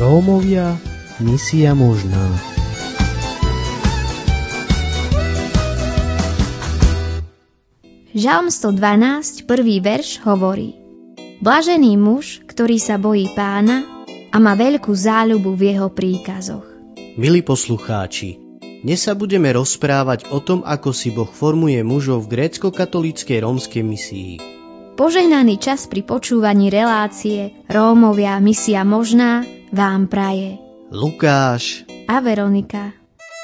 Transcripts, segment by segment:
Rómovia, misia možná. Žalm 112, prvý verš hovorí: Blažený muž, ktorý sa bojí Pána a má veľkú záľubu v jeho príkazoch. Milí poslucháči, dnes sa budeme rozprávať o tom, ako si Boh formuje mužov v grécko-katolíckej rómskej misii. Požehnaný čas pri počúvaní relácie Rómovia, misia možná vám praje Lukáš a Veronika.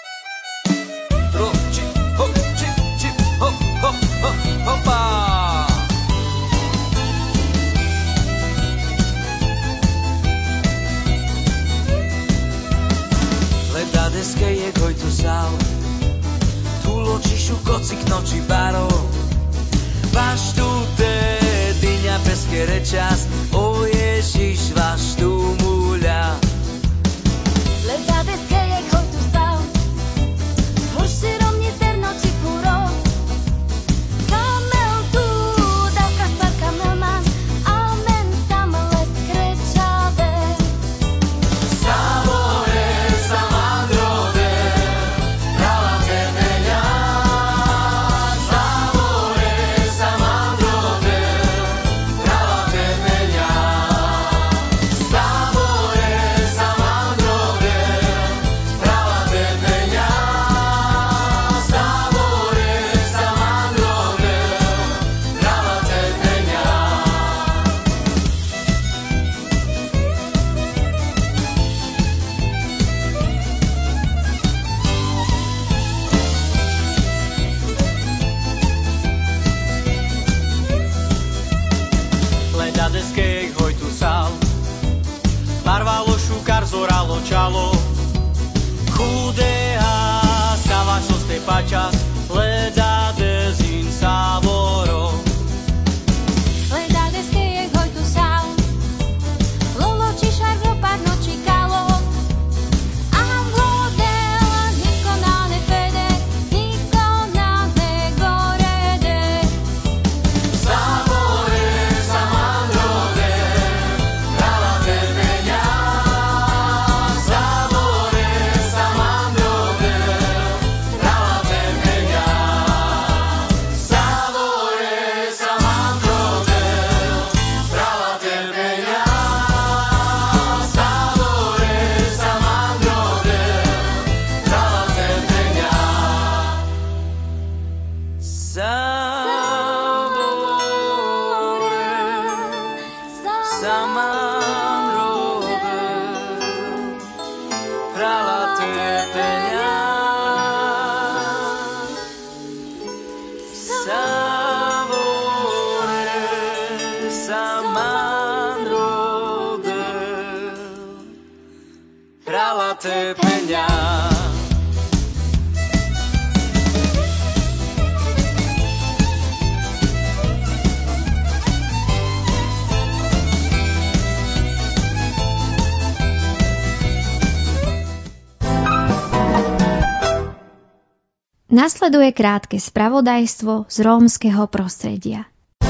Skeje koji tu sal, tu ločišu kocik noči barov, vaš tu te dyňa peske rečas, o Ježiš vaš tu muľa. Ledade skeje koji tu sal, hoši romni ter noči puro, kamel tu, daka starka melman, amen tam let krečave. Čalo, chudeha, stava čo ste pačas, leda dezin savoro. Leda deske je hoj tu sal, lolo čišar ropar noči kalo, a vodela niko na ne fede, niko na ne gorede. Savore, samandrode, prava temeňa. Nasleduje krátke spravodajstvo z rómskeho prostredia.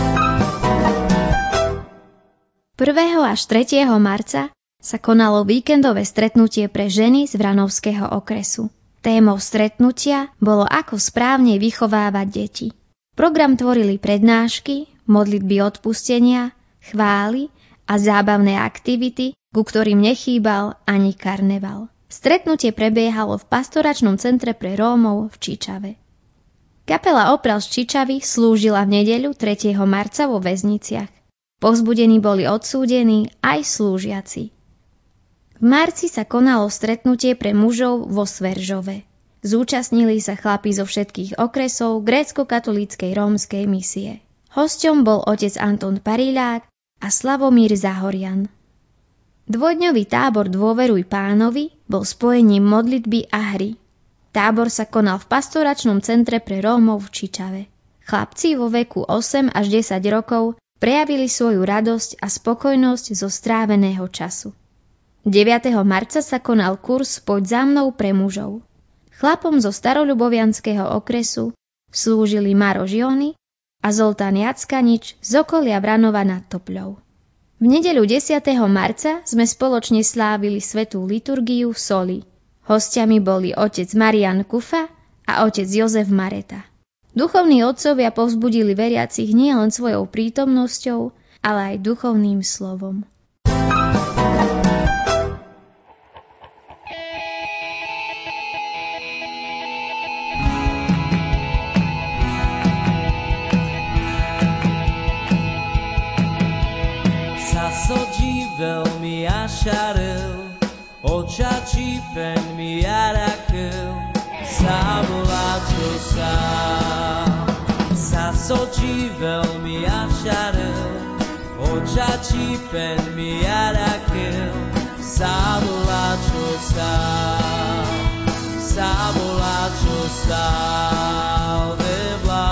1. až 3. marca sa konalo víkendové stretnutie pre ženy z Vranovského okresu. Témou stretnutia bolo, ako správne vychovávať deti. Program tvorili prednášky, modlitby odpustenia, chvály a zábavné aktivity, ku ktorým nechýbal ani karneval. Stretnutie prebiehalo v pastoračnom centre pre Rómov v Čičave. Kapela Opral z Čičavy slúžila v nedeľu 3. marca vo väzniciach. Povzbudení boli odsúdení aj slúžiaci. V marci sa konalo stretnutie pre mužov vo Sveržove. Zúčastnili sa chlapi zo všetkých okresov grécko-katolíckej rómskej misie. Hosťom bol otec Anton Parilák a Slavomír Zahorian. Dvojdňový tábor Dôveruj Pánovi bol spojením modlitby a hry. Tábor sa konal v pastoračnom centre pre Rómov v Čičave. Chlapci vo veku 8 až 10 rokov prejavili svoju radosť a spokojnosť zo stráveného času. 9. marca sa konal kurz Poď za mnou pre mužov. Chlapom zo staroľubovianskeho okresu slúžili Maro Žiony a Zoltán Jackanič z okolia Vranova nad Topľou. V nedeľu 10. marca sme spoločne slávili svätú liturgiu soli. Hostiami boli otec Marián Kufa a otec Jozef Mareta. Duchovní otcovia povzbudili veriacich nielen svojou prítomnosťou, ale aj duchovným slovom. Veľmi ašaril, očačí penmi jarakil, sa volá čo sa sočí veľmi ašaril, očačí penmi jarakil, sa volá čo sa volá čo vevlá.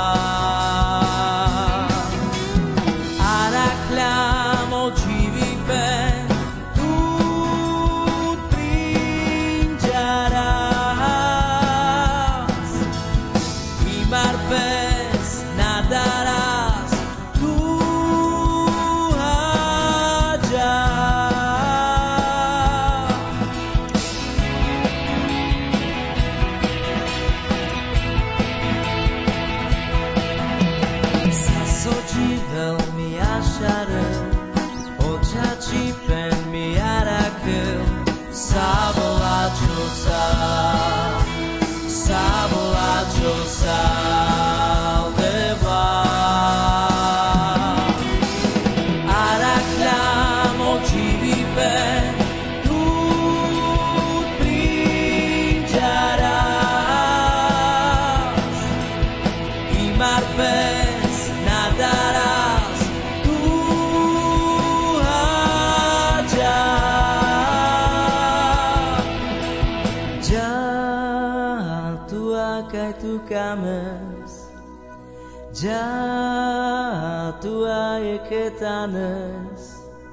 Ja tua eketanes,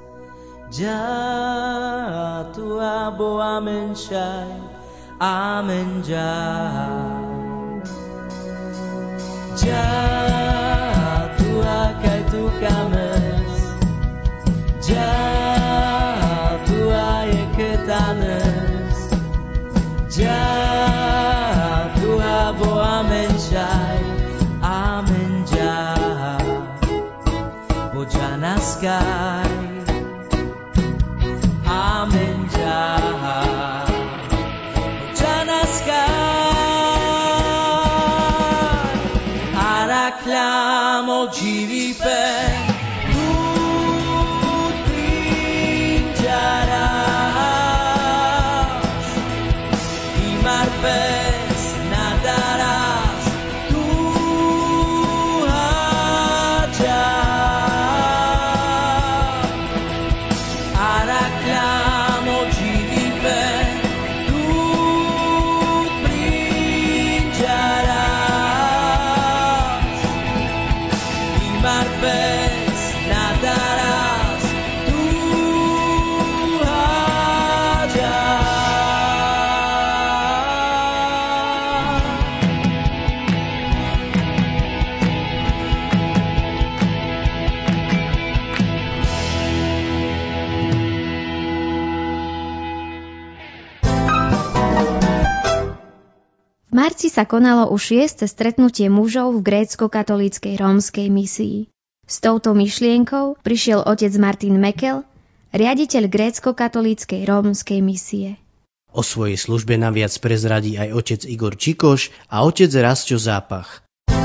ja tua boa menchai, amen ja. Ja tua kai tu kames, ja tua eketanes, ja tua boa menchai. Sky. Amen Jah. Jana sky. Araklam ojivi pe. Utrinjaras. Imar pes nadaras. V marci sa konalo už 6. stretnutie mužov v grécko-katolíckej rómskej misii. S touto myšlienkou prišiel otec Martin Mekel, riaditeľ grécko-katolíckej rómskej misie. O svojej službe nám viac prezradí aj otec Igor Čikoš a otec Rastio Zápach.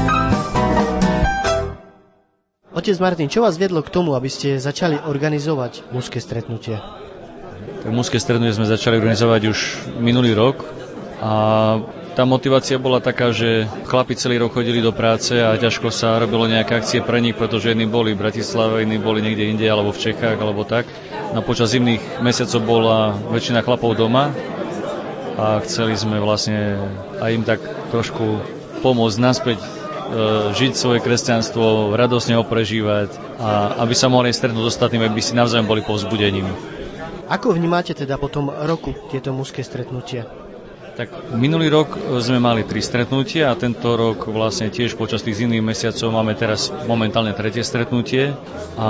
Otec Martin, čo vás viedlo k tomu, aby ste začali organizovať mužské stretnutie? Tak mužské stretnutie sme začali organizovať už minulý rok a tá motivácia bola taká, že chlapi celý rok chodili do práce a ťažko sa robilo nejaké akcie pre nich, pretože jedni boli v Bratislave, iní boli niekde inde, alebo v Čechách, alebo tak. No počas zimných mesiacov bola väčšina chlapov doma a chceli sme vlastne aj im tak trošku pomôcť naspäť žiť svoje kresťanstvo, radosne ho prežívať a aby sa mohli stretnúť s ostatnými, aby si navzájom boli povzbudením. Ako vnímate teda po tom roku tieto mužské stretnutia? Tak minulý rok sme mali 3 stretnutia a tento rok vlastne tiež počas tých zimných mesiacov máme teraz momentálne 3. stretnutie a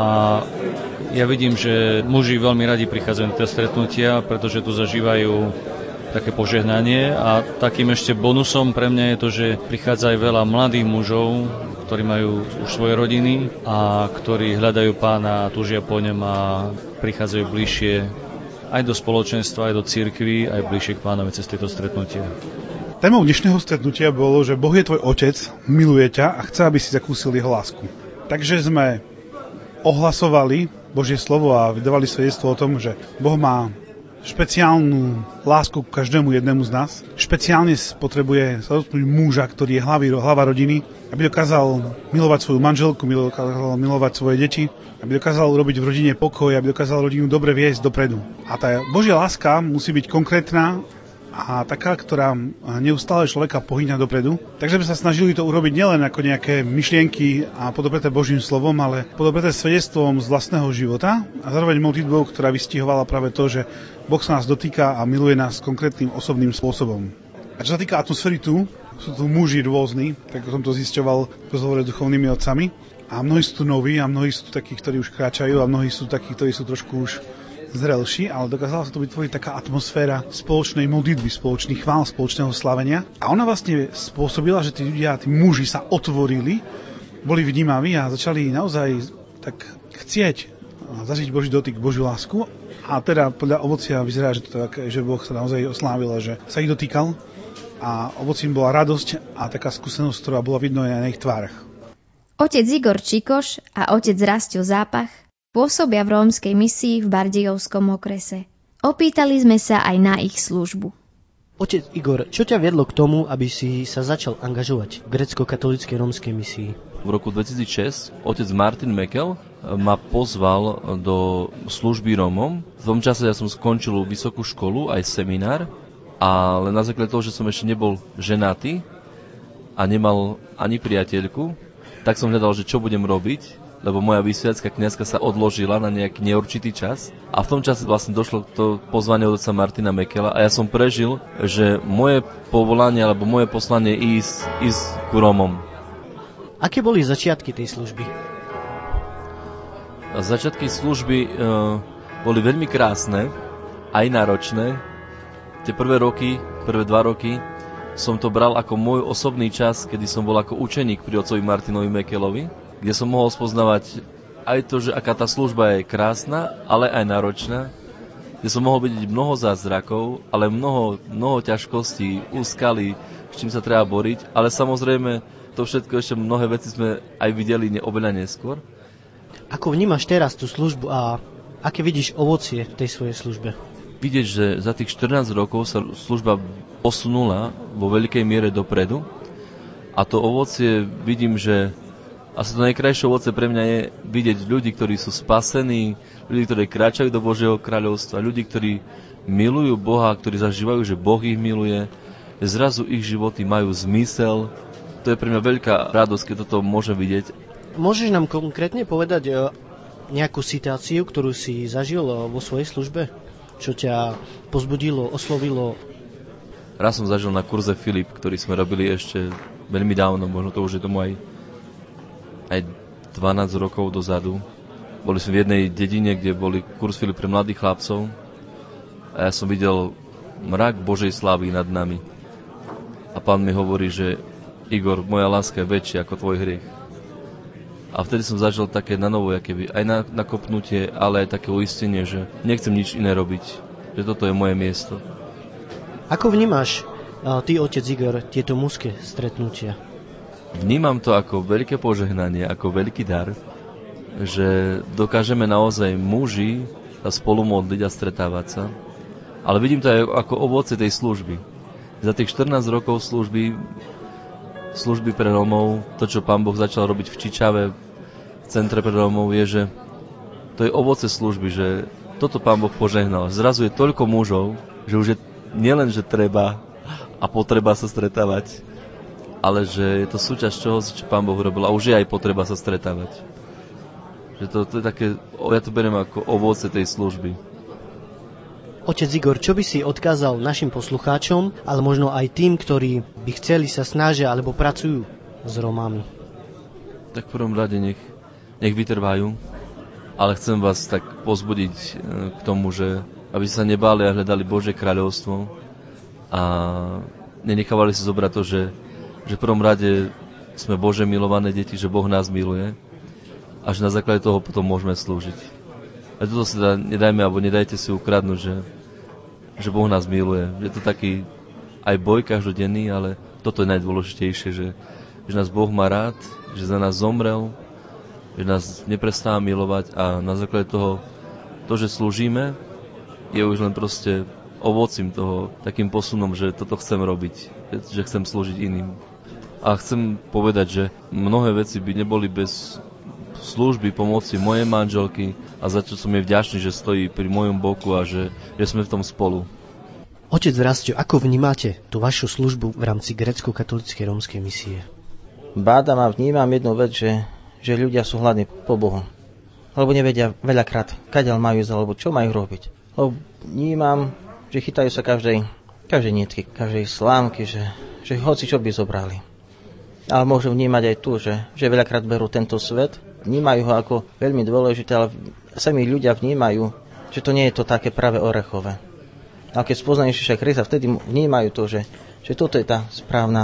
ja vidím, že muži veľmi radi prichádzajú na tie stretnutia, pretože tu zažívajú také požehnanie a takým ešte bonusom pre mňa je to, že prichádza aj veľa mladých mužov, ktorí majú už svoje rodiny a ktorí hľadajú Pána, túžia po ňom a prichádzajú bližšie aj do spoločenstva, aj do cirkvi, aj bližšie k Pánovi cez tieto stretnutia. Témou dnešného stretnutia bolo, že Boh je tvoj otec, miluje ťa a chce, aby si zakúsil jeho lásku. Takže sme ohlasovali Božie slovo a vydávali svedectvo o tom, že Boh má špeciálnu lásku k každému jednému z nás. Špeciálne potrebuje sa dotknúť muža, ktorý je hlava rodiny, aby dokázal milovať svoju manželku, dokázal milovať svoje deti, aby dokázal urobiť v rodine pokoj, aby dokázal rodinu dobre viesť dopredu. A tá Božia láska musí byť konkrétna a taká, ktorá neustále človeka pohýňa dopredu. Takže sme sa snažili to urobiť nielen ako nejaké myšlienky a podopreté Božím slovom, ale podopreté svedectvom z vlastného života a zároveň modlitbou, ktorá vystihovala práve to, že Boh sa nás dotýka a miluje nás konkrétnym osobným spôsobom. A čo sa týka atmosféry tu, sú tu muži rôzni, tak som to zisťoval v rozhovore s duchovnými otcami. A mnohí sú tu noví a mnohí sú tu takí, ktorí už kráčajú a mnohí sú takí, ktorí sú trošku už zrelší, ale dokázala sa to vytvoriť taká atmosféra spoločnej modlitby, spoločných chvál, spoločného slavenia. A ona vlastne spôsobila, že tí ľudia, tí muži sa otvorili, boli vnímaví a začali naozaj tak chcieť zažiť Boží dotyk, Božiu lásku. A teda podľa ovocia vyzerá, že že Boh sa naozaj oslávil, že sa ich dotýkal a ovocím bola radosť a taká skúsenosť, ktorá bola vidno aj na ich tvárach. Otec Igor Čikoš a otec Rastio Zápach pôsobia v rómskej misii v Bardejovskom okrese. Opýtali sme sa aj na ich službu. Otec Igor, čo ťa viedlo k tomu, aby si sa začal angažovať v grécko-katolíckej rómskej misii? V roku 2006 otec Martin Mekel ma pozval do služby Rómom. V tom čase ja som skončil vysokú školu, aj seminár, ale na základe toho, že som ešte nebol ženatý a nemal ani priateľku, tak som hľadal, že čo budem robiť, lebo moja vysviacka kňazka sa odložila na nejaký neurčitý čas. A v tom čase vlastne došlo to pozvanie od otca Martina Mekela a ja som prežil, že moje povolanie alebo moje poslanie ísť ku Rómom. Aké boli začiatky tej služby? Začiatky služby boli veľmi krásne, aj náročné. Tie prvé 2 roky som to bral ako môj osobný čas, kedy som bol ako učeník pri otcovi Martinovi Mekelovi, kde som mohol spoznávať aj to, že aká tá služba je krásna, ale aj náročná, kde som mohol vidieť mnoho zázrakov, ale mnoho ťažkostí, úskalí, s čím sa treba boriť, ale samozrejme to všetko ešte mnohé veci sme aj videli oveľa neskôr. Ako vnímaš teraz tú službu a aké vidíš ovocie v tej svojej službe? Vidieť, že za tých 14 rokov sa služba posunula vo veľkej miere dopredu a to ovocie vidím, že asi to najkrajšie ovocie pre mňa je vidieť ľudí, ktorí sú spasení, ľudí, ktorí kráčajú do Božieho kráľovstva, ľudí, ktorí milujú Boha, ktorí zažívajú, že Boh ich miluje, že zrazu ich životy majú zmysel. To je pre mňa veľká radosť, keď toto môžem vidieť. Môžeš nám konkrétne povedať nejakú situáciu, ktorú si zažil vo svojej službe? Čo ťa pozbudilo, oslovilo? Raz som zažil na kurze Filip, ktorý sme robili ešte veľmi dávno, možno to už je tomu aj 12 rokov dozadu. Boli sme v jednej dedine, kde boli kurz Filip pre mladých chlapcov a ja som videl mrak Božej slávy nad nami. A Pán mi hovorí, že Igor, moja láska je väčšia ako tvoj hriech. A vtedy som zažil také na novo, aj nakopnutie, ale aj také uistenie, že nechcem nič iné robiť, že toto je moje miesto. Ako vnímaš ty, otec Igor, tieto mužské stretnutia? Vnímam to ako veľké požehnanie, ako veľký dar, že dokážeme naozaj muži sa spolu modliť a stretávať sa. Ale vidím to aj ako ovoce tej služby. Za tých 14 rokov služby pre Rómov, to, čo Pán Boh začal robiť v Čičave, v centre pre Rómov, je, že to je ovoce služby, že toto Pán Boh požehnal. Zrazu je toľko mužov, že už je nielen, že treba a potreba sa stretávať, ale že je to súčasť čoho, čo Pán Boh robil a už je aj potreba sa stretávať. Že to je také, ja to beriem ako ovoce tej služby. Otec Igor, čo by si odkázal našim poslucháčom, ale možno aj tým, ktorí by chceli sa snažia alebo pracujú s Rómami? Tak v prvom rade nech vytrvajú, ale chcem vás tak pozbudiť k tomu, že aby sa nebáli a hľadali Božie kráľovstvo a nenechávali si zobrať to, že v prvom rade sme Bože milované deti, že Boh nás miluje a že na základe toho potom môžeme slúžiť. A toto si nedajme, alebo nedajte si ukradnúť, že Boh nás miluje. Je to taký aj boj každodenný, ale toto je najdôležitejšie, že nás Boh má rád, že za nás zomrel, že nás neprestáva milovať a na základe toho, že slúžime, je už len proste ovocím toho, takým posunom, že toto chcem robiť, že chcem slúžiť iným. A chcem povedať, že mnohé veci by neboli bez služby, pomoci mojej manželky a za čo som jej vďačný, že stojí pri mojom boku a že sme v tom spolu. Otec Rastio, ako vnímate tú vašu službu v rámci grécko-katolíckej rómskej misie? Bádam a vnímam jednu vec, že ľudia sú hladní po Bohu. Lebo nevedia veľakrát, kadiaľ majú ísť, alebo čo majú robiť. Lebo vnímam, že chytajú sa každej nitky, každej slámky, že hoci čo by zobrali. Ale môžu vnímať aj tu, že veľakrát berú tento svet, vnímajú ho ako veľmi dôležité, ale sami ľudia vnímajú, že to nie je to také práve orechové. Ale keď spoznajú Ježiša Krista, vtedy vnímajú to, že toto je tá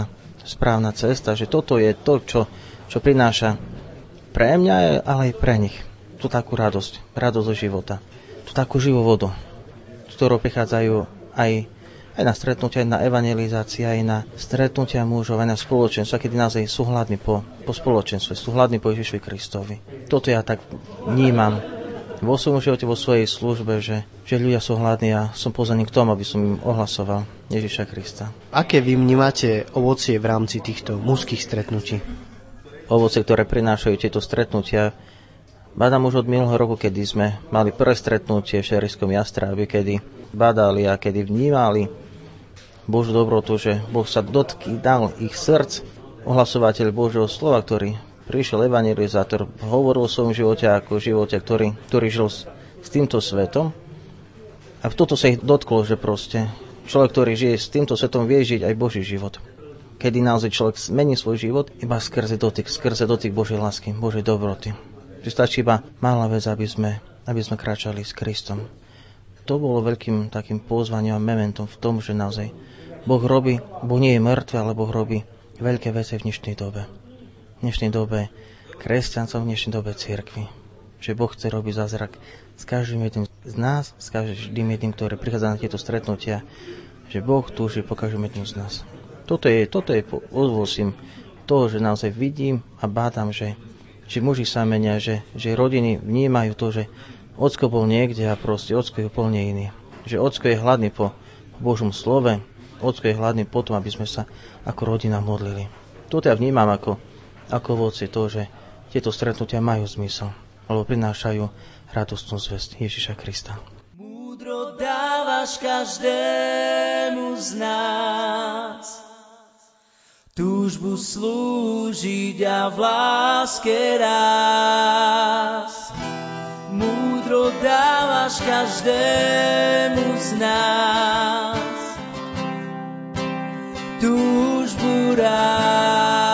správna cesta, že toto je to, čo prináša pre mňa, ale aj pre nich. Tú takú radosť do života. Tú takú živú vodu, z ktorou prichádzajú aj na stretnutia, aj na evangelizácie, aj na stretnutia mužov, aj na spoločenstvo, kedy naozaj sú hladní po spoločenstve, sú hladní po Ježišovi Kristovi. Toto ja tak vnímam vo svojom živote, vo svojej službe, že ľudia sú hladní a som pozvaný k tomu, aby som im ohlasoval Ježiša Krista. Aké vy vnímate ovocie v rámci týchto mužských stretnutí? Ovocie, ktoré prinášajú tieto stretnutia, bádam už od minulého roku, kedy sme mali prvé stretnutie v Šerijskom Jastrábi, kedy badali a kedy vnímali Božiu dobrotu, že Boh sa dal ich srdc, ohlasovateľ Božieho slova, ktorý prišiel evangelizátor, hovoril o svojom živote ako živote, ktorý žil s týmto svetom. A v toto sa ich dotklo, že proste človek, ktorý žije s týmto svetom, vie žiť aj Boží život. Kedy naozaj človek zmení svoj život iba skrze dotyk Božej lásky, Božej dobroty. Že stačí iba malá vec, aby sme kráčali s Kristom. To bolo veľkým takým pozvaním a mementom v tom, že naozaj Boh nie je mŕtvy, ale Boh robí veľké veci v dnešnej dobe. V dnešnej dobe kresťancov, v dnešnej dobe cirkvi. Že Boh chce robiť zázrak s každým jedným z nás, s každým jedným, ktorý prichádza na tieto stretnutia, že Boh túži po každým jedným z nás. Toto je odvozím toho, že naozaj vidím a bádam, že muži sa menia, že rodiny vnímajú to, že ocko bol niekde a proste ocko je úplne iný. Že ocko je hladný po Božom slove, ocko je hladný po tom, aby sme sa ako rodina modlili. Toto ja vnímam ako ovocie to, že tieto stretnutia majú zmysel, alebo prinášajú radostnú zvesť Ježiša Krista. Múdro dávaš každému z nás túžbu slúžiť a v láske rásť. Múdro dávaš každému z nás túžbu rásť.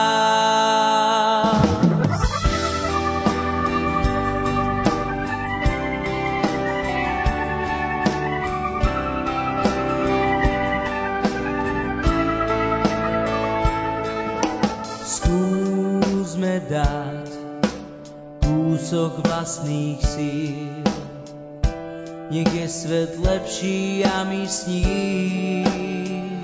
Skúsme dať kúsok vlastných síl, nech je svet lepší a my s ním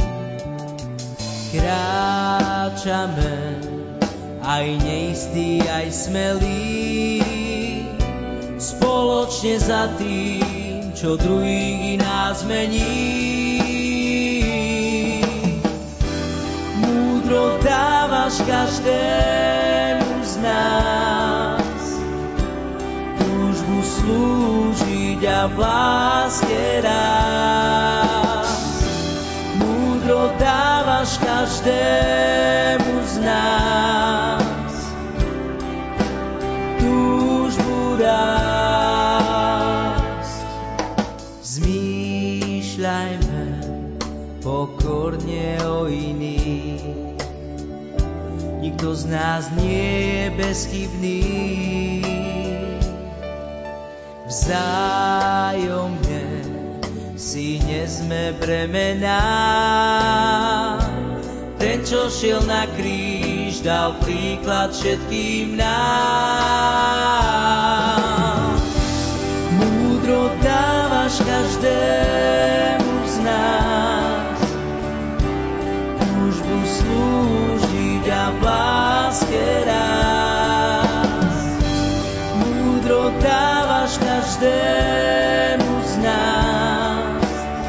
kráčame, aj neistý, aj smelý, spoločne za tým, čo druhých nás mení. Múdro dávaš každému z nás túžbu slúžiť a v láske rásť. Múdro dávaš každému z nás túžbu rásť. Zmýšľaj pokorne o iných. Nikto z nás nie je bezchybný. Vzájomne si nesme bremená. Ten, čo šiel na kríž, dal príklad všetkým nám. Múdro dávaš každému z nás túžbu slúžiť a v láske rásť. Múdro dávaš každému z nás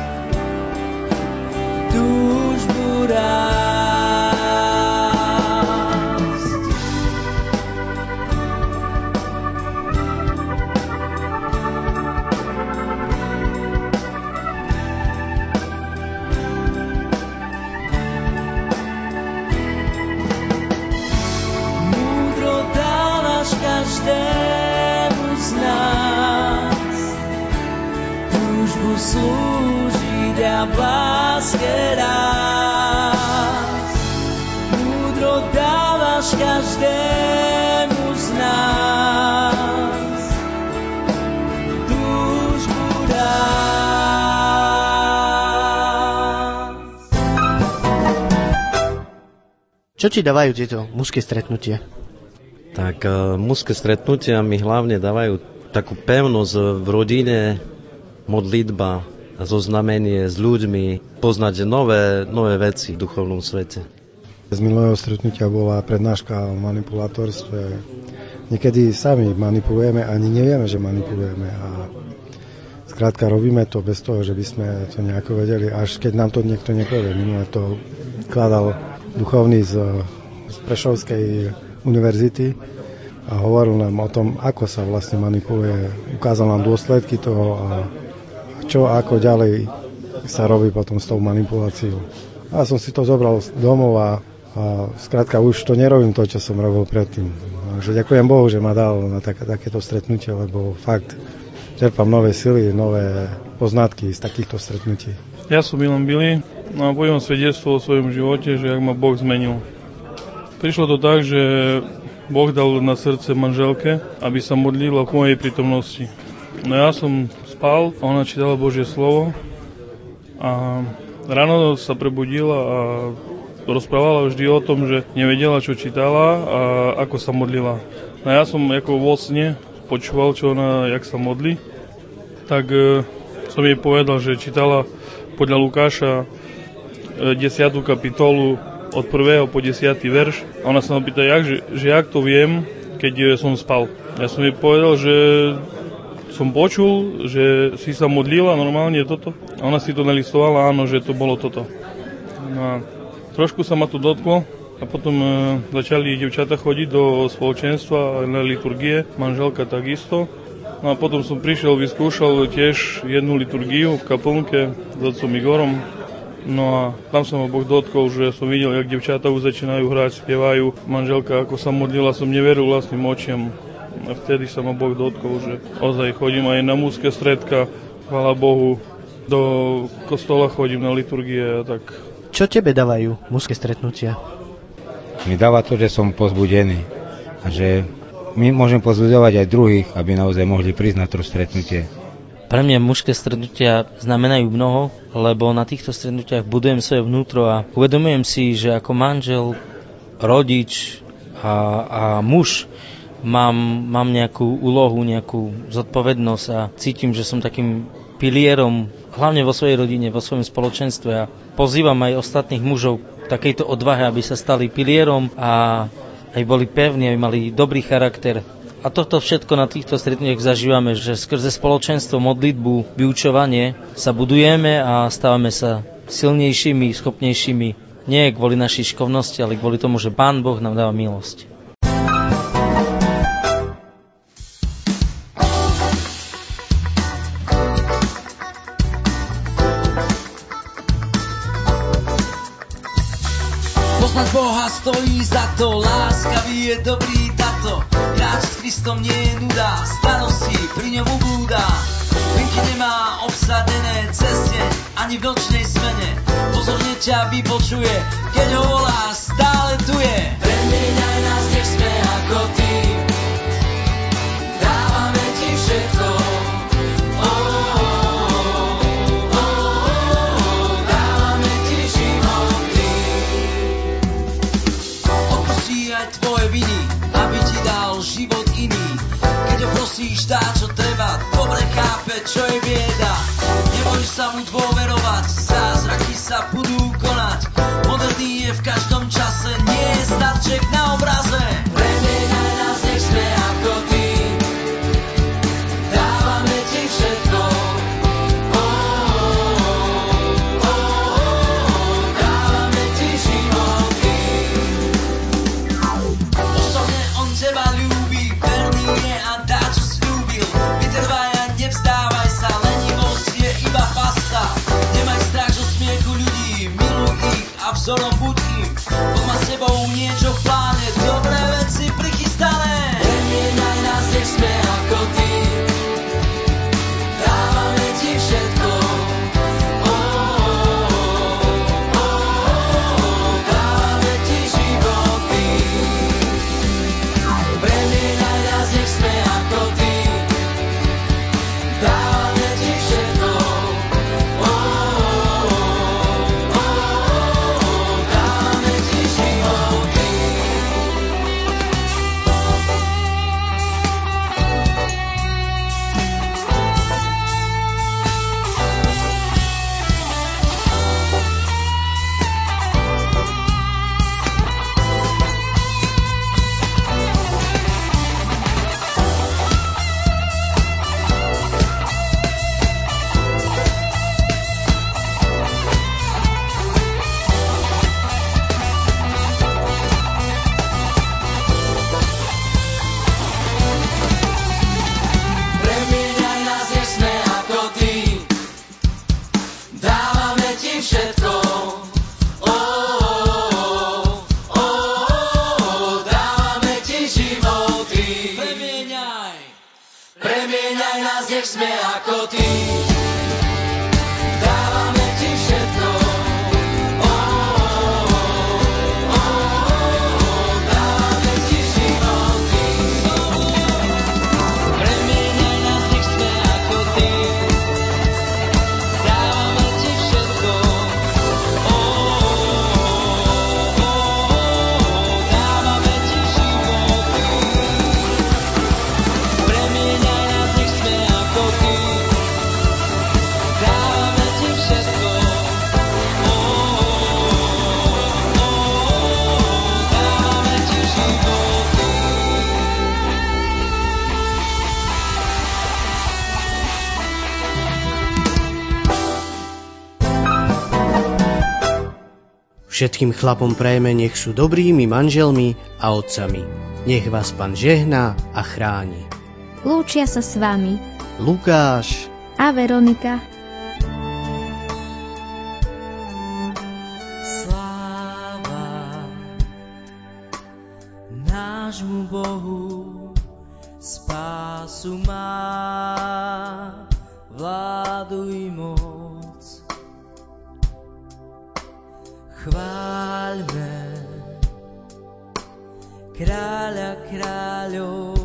túžbu rásť. Každému z nás túžbu slúžiť a v láske rásť. Múdro dávaš každému z nás túžbu rásť. Čo ti dávajú tieto mužské stretnutia? Tak mužské stretnutia mi hlavne dávajú takú pevnosť v rodine, modlitba, zoznamenie s ľuďmi, poznať nové veci v duchovnom svete. Z minulého stretnutia bola prednáška o manipulátorstve. Niekedy sami manipulujeme, ani nevieme, že manipulujeme. A skrátka robíme to bez toho, že by sme to nejako vedeli, až keď nám to niekto nepovie. Minulé to kladal duchovný z Prešovskej univerzity a hovoril nám o tom, ako sa vlastne manipuluje. Ukázal nám dôsledky toho a čo ako ďalej sa robí potom s tou manipuláciou. A som si to zobral domov a skrátka už to nerobím to, čo som robil predtým. Takže ďakujem Bohu, že ma dal na takéto stretnutie, lebo fakt čerpám nové sily, nové poznatky z takýchto stretnutí. Ja som Milan Billy a poviem svedectvo o svojom živote, že jak ma Boh zmenil. Prišlo to tak, že Boh dal na srdce manželke, aby sa modlila v mojej prítomnosti. No ja som spal, ona čítala Božie slovo a ráno sa prebudila a rozprávala vždy o tom, že nevedela, čo čítala a ako sa modlila. No ja som ako vo sne počúval, čo ona, jak sa modlí, tak som jej povedal, že čítala podľa Lukáša 10. kapitolu od 1. po 10. verš. A ona sa ma pýta, že jak to viem, keď som spal. Ja som jej povedal, že som počul, že si sa modlila normálne toto. A ona si to nalistovala, áno, že to bolo toto. No a trošku sa ma to dotklo a potom začali dievčatá chodiť do spoločenstva na liturgie, manželka takisto. No a potom som prišiel, vyskúšal tiež jednu liturgiu v kaplnke s otcom Igorom. No a tam sa ma Boh dotkol, že som videl, jak dievčatá už začínajú hrať, spievajú. Manželka, ako sa modlila, som neveril vlastným očiam. A vtedy sa ma Boh dotkol, že ozaj chodím aj na mužské stredka, chvála Bohu. Do kostola chodím na liturgie a tak. Čo tebe dávajú mužské stretnutia? Mi dáva to, že som pozbudený a že my môžem pozbudzovať aj druhých, aby naozaj mohli prísť na to stretnutie. Pre mňa mužské stretnutia znamenajú mnoho, lebo na týchto stretnutiach budujem svoje vnútro a uvedomujem si, že ako manžel, rodič a muž mám nejakú úlohu, nejakú zodpovednosť a cítim, že som takým pilierom, hlavne vo svojej rodine, vo svojom spoločenstve a pozývam aj ostatných mužov k takejto odvahe, aby sa stali pilierom a aj boli pevní, aby mali dobrý charakter. A toto všetko na týchto stretnutiach zažívame, že skrze spoločenstvo, modlitbu, vyučovanie sa budujeme a stávame sa silnejšími, schopnejšími. Nie kvôli našej šikovnosti, ale kvôli tomu, že Pán Boh nám dáva milosť. Poznať Boha stojí za to, láskavý je dobrý tato. Kráč s Kristom nie je nuda, starosti pri ňom ubúda. Vinky nemá obsadené ceste, ani v nočnej smene. pozorne ťa vypočuje, keď ho voláš, stále tu je. Premieňaj nás, nech sme ako ty, dávame ti všetko. Dávame ti životy. Opustí aj tvoje viny, aby ti dal život iný. Keď ho prosíš, dá čo treba, dobre chápe, čo je bieda. Neboj sa mu dôverovať, zázraky sa budú konať. Moderný je v každom čase, nie je starček na obraze. Premieňaj nás, nech sme ako ty, dávame ti všetko. Dávame ti životy. Osobne on teba ľúbi, verný je a dá, čo sľúbil. Vytrvaj a nevzdávaj sa, lenivosť je iba pasta. Nemaj strach zo smiechu ľudí, miluj ich a vzorom buď im. Poď ma s tebou niečo v pláne, dobré veci prichystané. Premieňaj nás, nech sme ako ty, dávame ti všetko. Dávame ti životy. Premieňaj nás, nech sme ako ty, dávame ti všetko. Dávame ti životy. Premieňaj nás, nech sme ako ty, dávame ti všetko. Dávame ti životy. Premieňaj nás, nech sme ako ty, dávame ti všetko. Dávame ti životy. Premieňaj nás, nech sme ako ty, dávame ti všetko. Dávame ti životy. Premieňaj nás, nech sme ako ty, dávame ti všetko. Dávame ti životy. Všetkým chlapom prajeme, nech sú dobrými manželmi a otcami. Nech vás Pán žehná a chráni. Lúčia sa s vami Lukáš a Veronika. Sláva nášmu Bohu, spásu má, vládu i moc. Chváľme kráľa kráľov,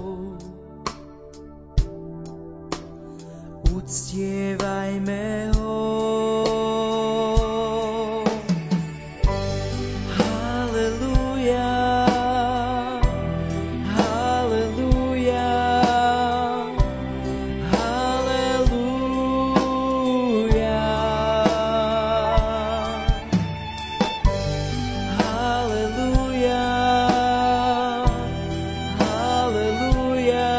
uctievajme ho. Halelúja, halelúja, halelúja. Halelúja, halelúja,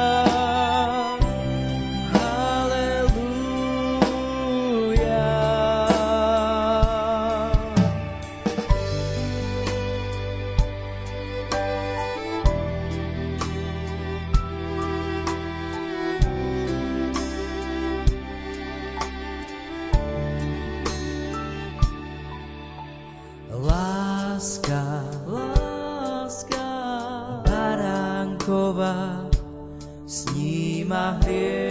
láska baránková sníma hriech.